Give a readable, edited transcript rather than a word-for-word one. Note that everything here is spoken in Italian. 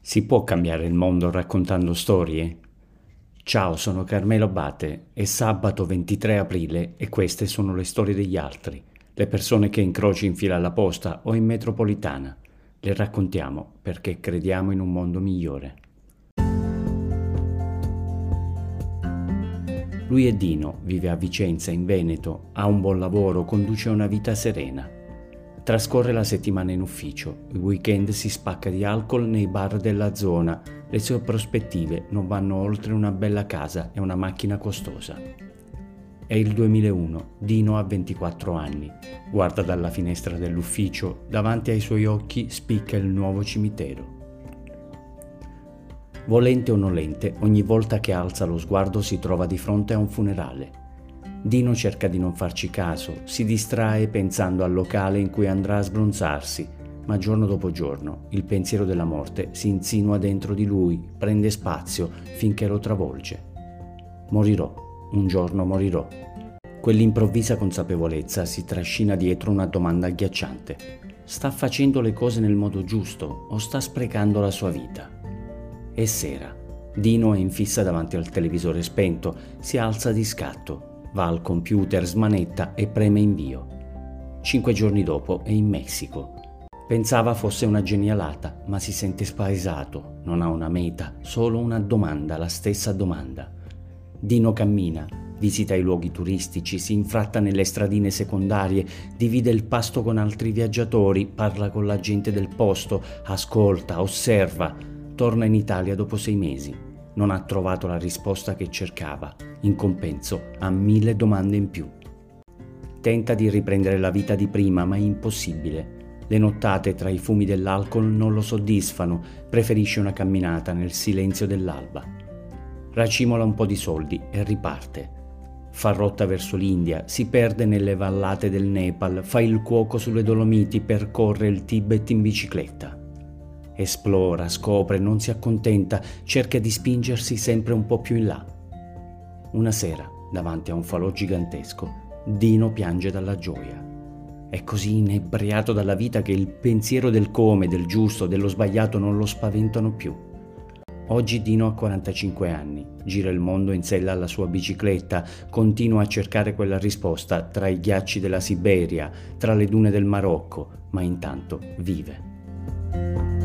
Si può cambiare il mondo raccontando storie? Ciao, sono Carmelo Abate, è sabato 23 aprile e queste sono le storie degli altri, le persone che incroci in fila alla posta o in metropolitana. Le raccontiamo perché crediamo in un mondo migliore. Lui è Dino, vive a Vicenza, in Veneto, ha un buon lavoro, conduce una vita serena. Trascorre la settimana in ufficio, il weekend si spacca di alcol nei bar della zona, le sue prospettive non vanno oltre una bella casa e una macchina costosa. È il 2001, Dino ha 24 anni, guarda dalla finestra dell'ufficio, davanti ai suoi occhi spicca il nuovo cimitero. Volente o nolente, ogni volta che alza lo sguardo si trova di fronte a un funerale. Dino cerca di non farci caso, si distrae pensando al locale in cui andrà a sbronzarsi, ma giorno dopo giorno il pensiero della morte si insinua dentro di lui, prende spazio finché lo travolge. Morirò, un giorno morirò. Quell'improvvisa consapevolezza si trascina dietro una domanda agghiacciante. Sta facendo le cose nel modo giusto o sta sprecando la sua vita? È sera. Dino è in fissa davanti al televisore spento, si alza di scatto. Va al computer, smanetta e preme invio. 5 giorni dopo è in Messico. Pensava fosse una genialata, ma si sente spaesato. Non ha una meta, solo una domanda, la stessa domanda. Dino cammina, visita i luoghi turistici, si infratta nelle stradine secondarie, divide il pasto con altri viaggiatori, parla con la gente del posto, ascolta, osserva. Torna in Italia dopo 6 mesi. Non ha trovato la risposta che cercava. In compenso ha 1000 domande in più. Tenta di riprendere la vita di prima, ma è impossibile. Le nottate tra i fumi dell'alcol non lo soddisfano, preferisce una camminata nel silenzio dell'alba. Racimola un po' di soldi e riparte. Fa rotta verso l'India, si perde nelle vallate del Nepal, fa il cuoco sulle Dolomiti, percorre il Tibet in bicicletta. Esplora, scopre, non si accontenta, cerca di spingersi sempre un po' più in là. Una sera, davanti a un falò gigantesco, Dino piange dalla gioia. È così inebriato dalla vita che il pensiero del come, del giusto, dello sbagliato non lo spaventano più. Oggi Dino ha 45 anni, gira il mondo in sella alla sua bicicletta, continua a cercare quella risposta tra i ghiacci della Siberia, tra le dune del Marocco, ma intanto vive.